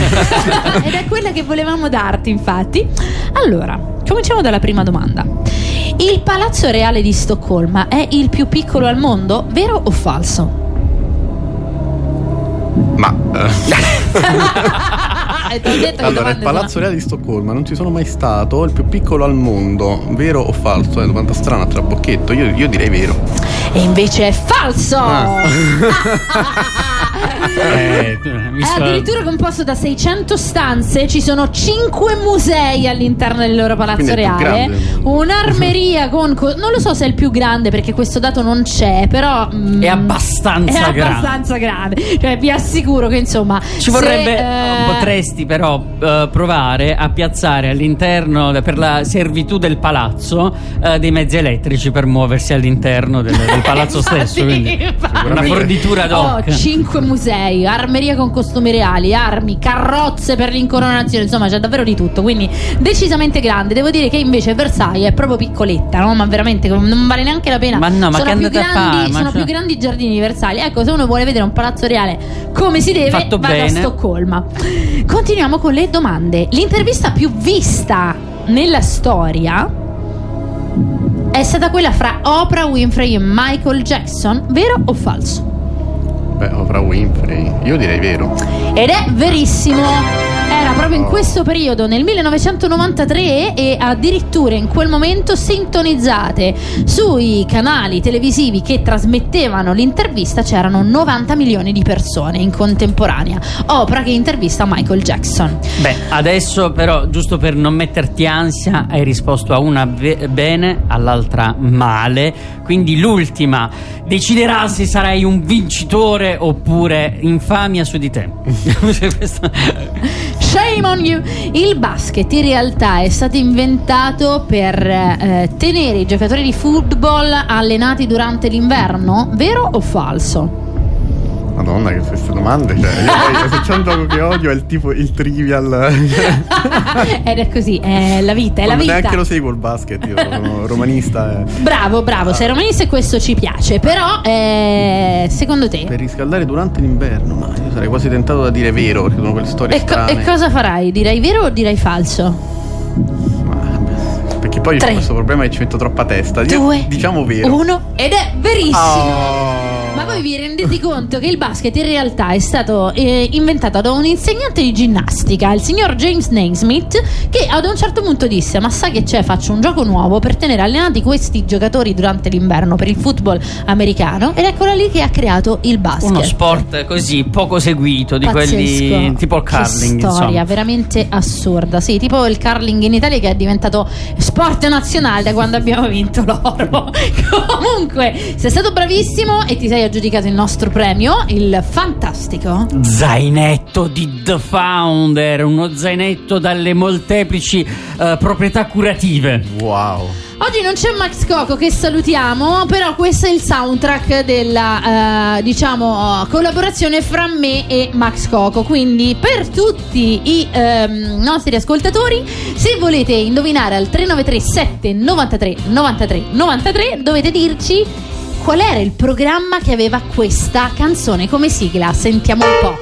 Ed è quella che volevamo darti, infatti. Allora, cominciamo dalla prima domanda. Il Palazzo Reale di Stoccolma è il più piccolo al mondo, vero o falso? Ma E ti ho detto che allora, il domande Palazzo sono- Reale di Stoccolma non ci sono mai stato, è il più piccolo al mondo, vero o falso? È una domanda strana, tra bocchetto. Io, io direi vero. E invece è falso. Ah. Eh, È addirittura composto da seicento stanze, ci sono cinque musei all'interno del loro palazzo Quindi è il più reale, grande. un'armeria con co- non lo so se è il più grande perché questo dato non c'è, però mm, È abbastanza è grande. abbastanza grande. Cioè vi assicuro che insomma Ci se, vorrebbe, eh, potresti però eh, provare a piazzare all'interno, per la servitù del palazzo, eh, dei mezzi elettrici per muoversi all'interno del, del palazzo stesso. Quindi una fornitura ad Oh, hoc. cinque musei, armeria con costumi reali, armi, carrozze per l'incoronazione, insomma c'è davvero di tutto, quindi decisamente grande. Devo dire che invece Versailles è proprio piccoletta, no? Ma veramente non vale neanche la pena. Ma no, ma sono che più andate a grandi, fare? Ma sono cioè- più grandi i giardini di Versailles. Ecco, se uno vuole vedere un palazzo reale come si deve, Fatto vada a bene. Stoccolma. Continuiamo con le domande. L'intervista più vista nella storia è stata quella fra Oprah Winfrey e Michael Jackson, vero o falso? Beh, Oprah Winfrey, io direi vero. Ed è verissimo. Era proprio in questo periodo, nel millenovecentonovantatré, e addirittura in quel momento sintonizzate sui canali televisivi che trasmettevano l'intervista c'erano novanta milioni di persone in contemporanea. Oprah che intervista Michael Jackson. Beh, adesso però, giusto per non metterti ansia, hai risposto a una ve- bene, all'altra male. Quindi l'ultima deciderà se sarai un vincitore oppure infamia su di te. Shame on you. Il basket in realtà è stato inventato per eh, tenere i giocatori di football allenati durante l'inverno, vero o falso? Madonna, che queste domande. Cioè, io poi, se c'è un gioco che odio è il tipo il trivial. Ed è così, è la vita, è la Non vita. neanche lo seguo il basket, io sono romanista. eh. Bravo, bravo, sei romanista e questo ci piace. Però eh, secondo te Per riscaldare durante l'inverno, ma io sarei quasi tentato da dire vero, perché sono quelle storie e, co- strane. e cosa farai? Direi vero o direi falso? Perché poi Tre. ho questo problema che ci metto troppa testa. Io- Due, diciamo vero. Uno, ed è verissimo. Oh. Ma voi vi rendete conto che il basket in realtà è stato eh, inventato da un insegnante di ginnastica, il signor James Naismith, che ad un certo punto disse: ma sai che c'è, faccio un gioco nuovo per tenere allenati questi giocatori durante l'inverno per il football americano, ed eccola lì che ha creato il basket. Uno sport così poco seguito, di Pazzesco. quelli tipo il Che curling, storia insomma. veramente assurda. Sì, tipo il curling in Italia che è diventato sport nazionale da quando abbiamo vinto l'oro. Comunque sei stato bravissimo e ti sei aggiudicato il nostro premio, il fantastico Zainetto di The Founder, uno zainetto dalle molteplici eh, proprietà curative. Wow. Oggi non c'è Max Coco, che salutiamo, però questo è il soundtrack della eh, diciamo collaborazione fra me e Max Coco. Quindi per tutti i ehm, nostri ascoltatori, se volete indovinare al tre nove tre sette novantatré novantatré novantatré dovete dirci qual era il programma che aveva questa canzone come sigla. Sentiamo un po'.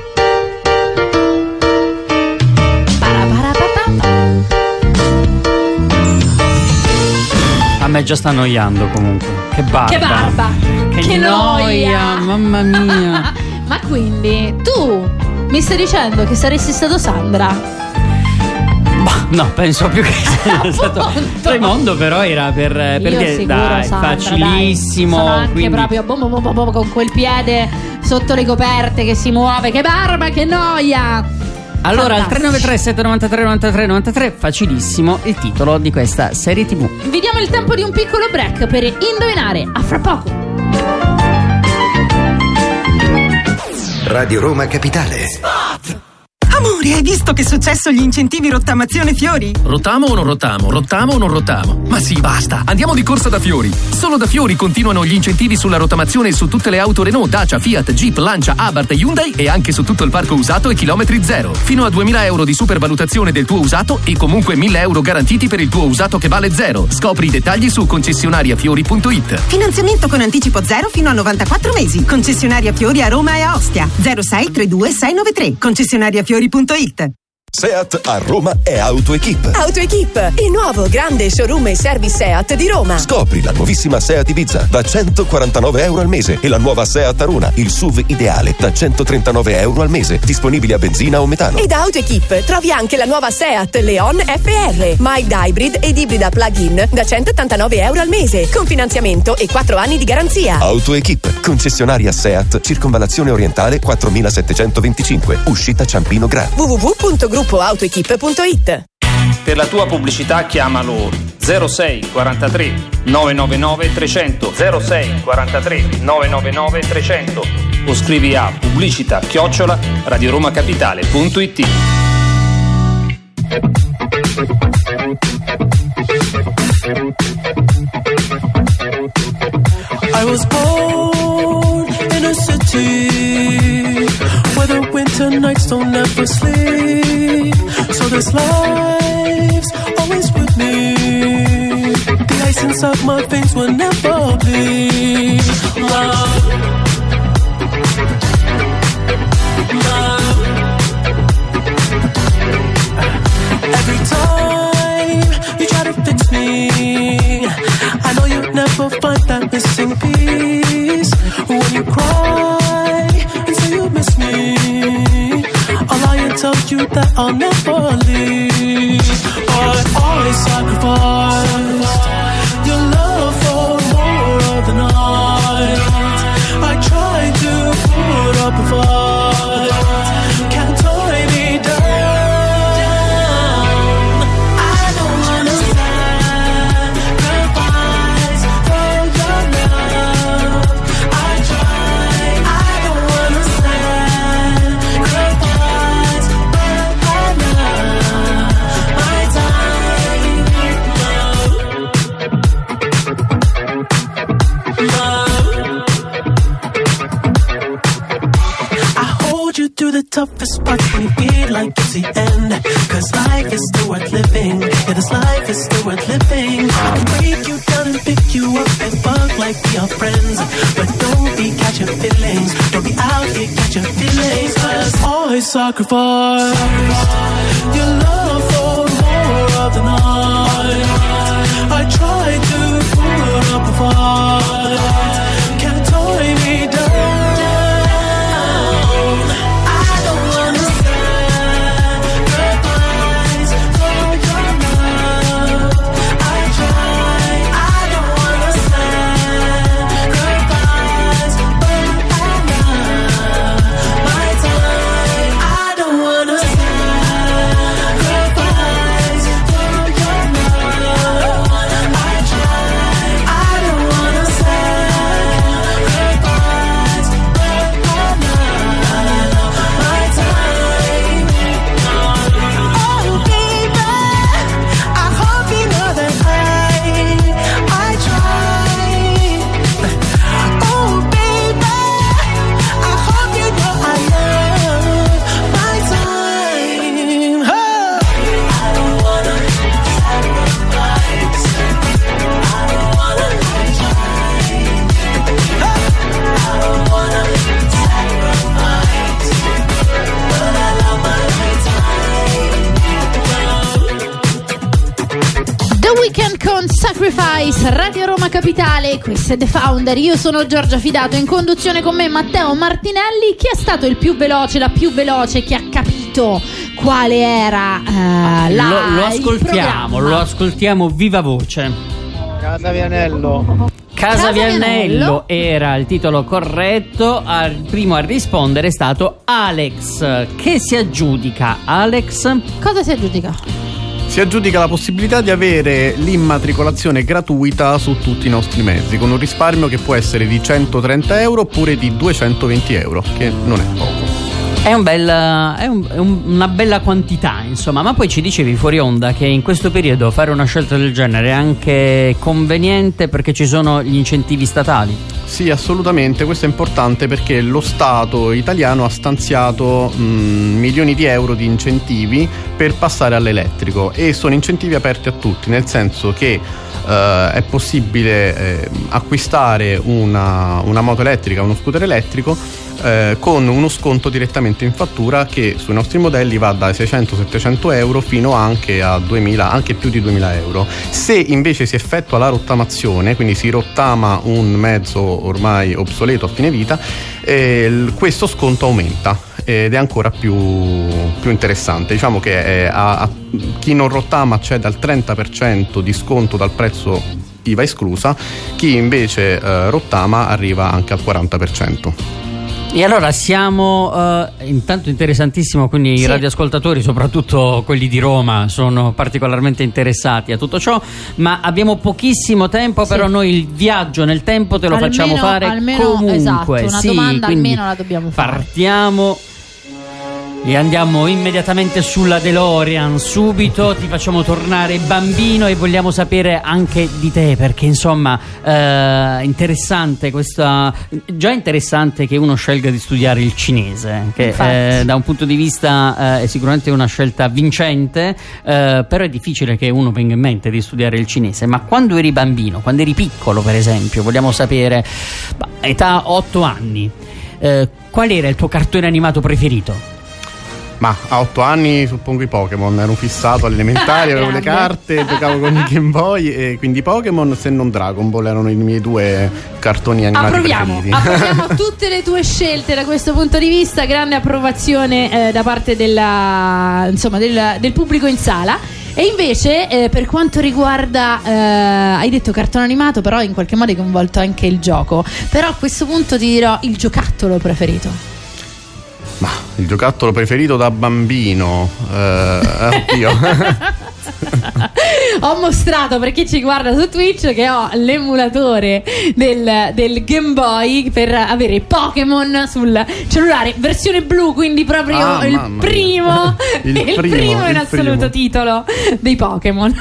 A me già sta annoiando comunque. Che barba. Che barba. Che, Che noia, noia. mamma mia. Ma quindi tu mi stai dicendo che saresti stato Sandra? No, penso più che sia stato Raimondo, però era per, per Io dire, sicuro, dai, Sandra, facilissimo. dai. Sono anche quindi... proprio bom, bom, bom, bom, con quel piede sotto le coperte che si muove. Che barba, che noia. Allora, al Fantastico. tre nove tre sette nove tre nove tre nove tre, facilissimo il titolo di questa serie tivù. Vi diamo il tempo di un piccolo break per indovinare. A fra poco. Radio Roma Capitale. Amore, hai visto che è successo agli incentivi rottamazione Fiori? Rottamo o non rottamo? Rottamo o non rottamo? Ma sì, basta! Andiamo di corsa da Fiori! Solo da Fiori continuano gli incentivi sulla rottamazione su tutte le auto Renault, Dacia, Fiat, Jeep, Lancia, Abarth e Hyundai e anche su tutto il parco usato e chilometri zero. Fino a duemila euro di supervalutazione del tuo usato e comunque mille euro garantiti per il tuo usato che vale zero. Scopri i dettagli su concessionariafiori punto it. Finanziamento con anticipo zero fino a novantaquattro mesi. Concessionaria Fiori a Roma e a Ostia. zero sei tre due sei nove tre. Concessionariafiori punto it. Seat a Roma è AutoEquip. AutoEquip, il nuovo grande showroom e service Seat di Roma. Scopri la nuovissima Seat Ibiza da centoquarantanove euro al mese e la nuova Seat Arona, il S U V ideale, da centotrentanove euro al mese, disponibili a benzina o metano. E da AutoEquip trovi anche la nuova Seat Leon F R, mild hybrid ed ibrida plug-in da centottantanove euro al mese, con finanziamento e quattro anni di garanzia. AutoEquip, concessionaria Seat, Circonvallazione Orientale quattromilasettecentoventicinque, uscita Ciampino Gra. w w w punto gruppo autoequip punto it. Per la tua pubblicità chiamalo zero sei quarantatré novecentonovantanove trecento zero sei quarantatré novecentonovantanove trecento o scrivi a pubblicità chiocciola radioromacapitale punto it. I was born in a city where the winter nights don't ever sleep. So this life's always with me. The ice inside my veins will never bleed. Love, love. Every time you try to fix me, I know you'll never find that missing piece. When you cry and say you miss me, I'll lie and tell you that I'll never leave. But I sacrificed your love for more of the night. I tried to put up a fight, can't tie me down. I don't wanna sacrifice for your love. I tried, I don't wanna sacrifice for my love, my time, love, love. I hold you through the toughest parts when you feel like it's the end. Cause life is still worth living. Yeah, this life is still worth living. I can break you down and pick you up and fuck like we are friends. But don't be catching feelings. Don't be out here catching feelings. Cause I sacrificed your love for more of the night. I tried to put up a fight, can't tie me down. Sacrifice, Radio Roma Capitale, questo è The Founder, io sono Giorgia Fidato, in conduzione con me Matteo Martinelli. Chi è stato il più veloce, la più veloce, che ha capito quale era uh, la, lo, lo ascoltiamo, lo ascoltiamo viva voce. Casa Vianello. Casa, Casa Vianello, Vianello era il titolo corretto. Al primo a rispondere è stato Alex. Che si aggiudica, Alex? Cosa si aggiudica? Si aggiudica la possibilità di avere l'immatricolazione gratuita su tutti i nostri mezzi, con un risparmio che può essere di centotrenta euro oppure di duecentoventi euro, che non è poco. È, un bel, è, un, è un, una bella quantità, insomma. Ma poi ci dicevi fuori onda che in questo periodo fare una scelta del genere è anche conveniente perché ci sono gli incentivi statali. Sì, assolutamente, questo è importante perché lo Stato italiano ha stanziato mh, milioni di euro di incentivi per passare all'elettrico, e sono incentivi aperti a tutti, nel senso che Uh, è possibile eh, acquistare una, una moto elettrica, uno scooter elettrico eh, con uno sconto direttamente in fattura che sui nostri modelli va dai seicento settecento euro fino anche a duemila, anche più di duemila euro. Se invece si effettua la rottamazione, quindi si rottama un mezzo ormai obsoleto a fine vita, eh, questo sconto aumenta ed è ancora più, più interessante. Diciamo che eh, a, a chi non rottama c'è dal trenta per cento di sconto dal prezzo I V A esclusa, chi invece eh, rottama arriva anche al quaranta per cento. E allora siamo uh, intanto interessantissimo, quindi sì. I radioascoltatori, soprattutto quelli di Roma, sono particolarmente interessati a tutto ciò, ma abbiamo pochissimo tempo, sì. Però noi il viaggio nel tempo te lo almeno, facciamo fare almeno, comunque. Esatto, una sì, domanda quindi almeno la dobbiamo fare. Partiamo e andiamo immediatamente sulla DeLorean, subito ti facciamo tornare bambino e vogliamo sapere anche di te, perché insomma eh, interessante questa, già interessante che uno scelga di studiare il cinese, che eh, da un punto di vista eh, è sicuramente una scelta vincente, eh, però è difficile che uno venga in mente di studiare il cinese. Ma quando eri bambino, quando eri piccolo per esempio, vogliamo sapere, bah, età otto anni, eh, qual era il tuo cartone animato preferito? Ma a otto anni suppongo i Pokémon, ero fissato alle elementari, avevo le carte, giocavo con i Game Boy, e quindi Pokémon, se non Dragon Ball, erano i miei due cartoni animati approviamo, preferiti. Approviamo tutte le tue scelte da questo punto di vista, grande approvazione eh, da parte della, insomma, del, del pubblico in sala. E invece eh, per quanto riguarda eh, hai detto cartone animato, però in qualche modo hai coinvolto anche il gioco, però a questo punto ti dirò il giocattolo preferito. Ma il giocattolo preferito da bambino, eh, oddio. Ho mostrato per chi ci guarda su Twitch che ho l'emulatore del, del Game Boy per avere Pokémon sul cellulare, versione blu, quindi proprio ah, il, primo, il, il primo primo in il assoluto primo. titolo dei Pokémon.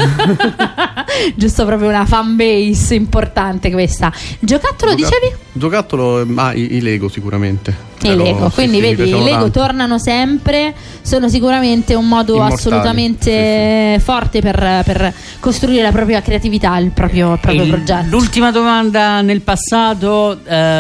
Giusto, proprio una fan base importante questa. Giocattolo, Gioca- dicevi? Giocattolo, ah, i, i Lego sicuramente. I Però, Lego, sì, quindi sì, vedi, i Lego tanto. tornano sempre, sono sicuramente un modo Immortali, assolutamente sì, sì. forte per, per costruire la propria creatività, il proprio, il proprio il, progetto. L'ultima domanda, nel passato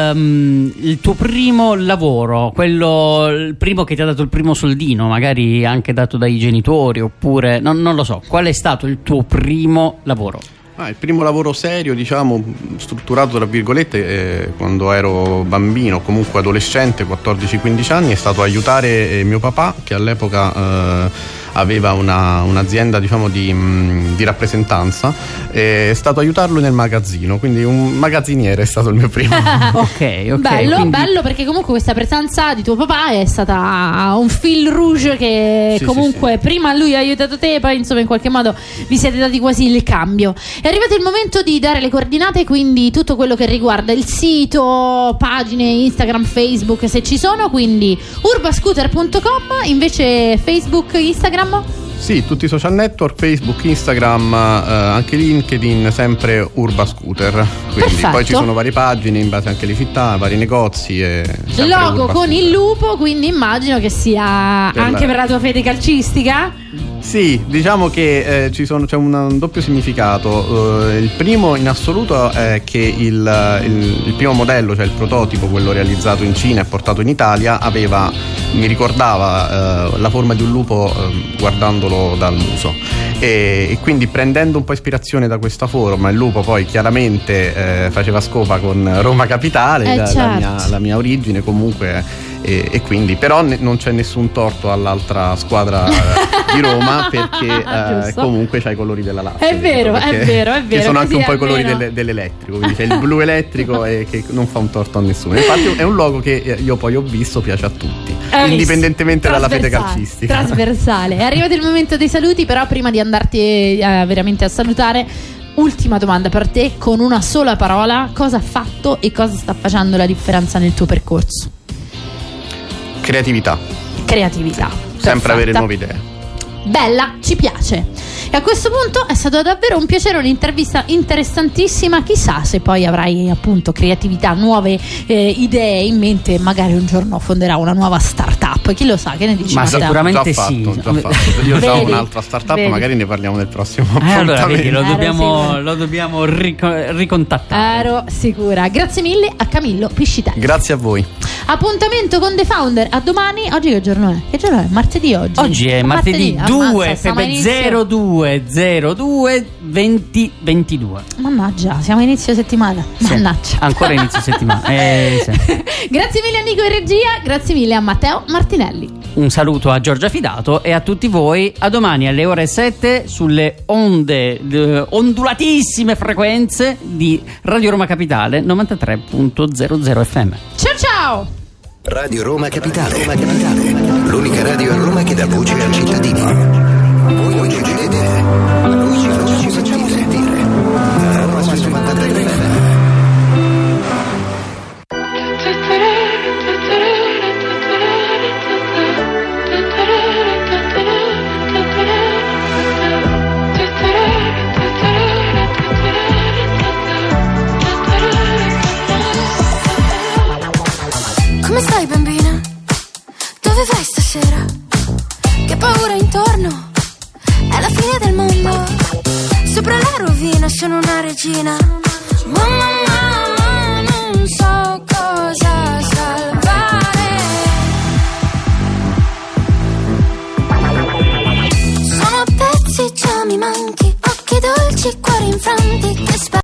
ehm, il tuo primo lavoro, quello, il primo che ti ha dato il primo soldino, magari anche dato dai genitori, oppure non, non lo so, qual è stato il tuo primo lavoro? Ah, il primo lavoro serio, diciamo, strutturato tra virgolette, eh, quando ero bambino, comunque adolescente, quattordici quindici anni, è stato aiutare eh, mio papà, che all'epoca eh, aveva una, un'azienda, diciamo, di, mh, di rappresentanza, eh, è stato aiutarlo nel magazzino, quindi un magazziniere è stato il mio primo. ok, ok. Bello, quindi... bello, perché comunque questa presenza di tuo papà è stata un fil rouge che sì, comunque sì, sì. prima lui ha aiutato te, poi insomma in qualche modo vi siete dati quasi il cambio. È arrivato il momento di dare le coordinate, quindi tutto quello che riguarda il sito, pagine Instagram, Facebook se ci sono, quindi urbascooter punto com, invece Facebook, Instagram. Sì, tutti i social network, Facebook, Instagram, eh, anche LinkedIn, sempre Urbascooter. Quindi Perfetto. Poi ci sono varie pagine in base anche alle città, vari negozi. E logo con il lupo, quindi immagino che sia per anche la... per la tua fede calcistica. Sì, diciamo che eh, ci sono, c'è un, un doppio significato. Uh, il primo in assoluto è che il, il, il primo modello, cioè il prototipo, quello realizzato in Cina e portato in Italia, aveva, mi ricordava uh, la forma di un lupo uh, guardandolo dal muso. E, e quindi prendendo un po' ispirazione da questa forma, il lupo poi chiaramente eh, faceva scopa con Roma Capitale, eh, la, certo. la, mia, la mia origine comunque. E, e quindi però ne, non c'è nessun torto all'altra squadra di Roma, perché eh, comunque c'ha i colori della Lazio. È vero, è vero, è vero. Che sono anche un po' i colori almeno... delle, dell'elettrico, quindi c'è il blu elettrico e che non fa un torto a nessuno. Infatti è un logo che io poi ho visto, piace a tutti, eh, indipendentemente dalla fede calcistica. Trasversale. È arrivato il momento dei saluti, però prima di andarti eh, veramente a salutare, ultima domanda per te, con una sola parola: cosa ha fatto e cosa sta facendo la differenza nel tuo percorso? Creatività. Creatività. Sì. Sempre avere nuove idee. Bella, ci piace. E a questo punto è stato davvero un piacere, un'intervista interessantissima. Chissà se poi avrai appunto creatività, nuove eh, idee in mente, magari un giorno fonderà una nuova startup, chi lo sa, che ne dici? Ma Matteo? sicuramente già sì. Fatto, già fatto. Io ho Vedi, un'altra startup, vedi. magari ne parliamo nel prossimo Eh, appuntamento. allora, vedi, lo Ero dobbiamo, sicura. lo dobbiamo rico- ricontattare. Ero sicura. Grazie mille a Camillo Piscitelli. Grazie a voi. Appuntamento con The Founder a domani. Oggi che giorno è? Che giorno è? Martedì oggi. Oggi è martedì, martedì. due Ammazza, febbraio zero due zero due venti ventidue. Mannaggia, siamo a inizio settimana. Mannaggia. Sì, ancora inizio settimana. Eh, sì. Grazie mille a Nico in regia, grazie mille a Matteo Martinelli. Un saluto a Giorgia Fidato e a tutti voi. A domani alle ore sette sulle onde eh, ondulatissime frequenze di Radio Roma Capitale novantatré punto zero zero F M. Ciao ciao! Radio Roma Capitale. Roma Capitale. L'unica radio a Roma che dà voce ai cittadini. Voi ci vedete, noi ci facciamo sentire. Roma sui novantatré F M. Come stai bambina? Dove vai stasera? Che paura intorno? È la fine del mondo. Sopra la rovina sono una regina. Mamma, mamma, non so cosa salvare. Sono pezzi, già mi manchi. Occhi dolci, cuori infranti che sparano.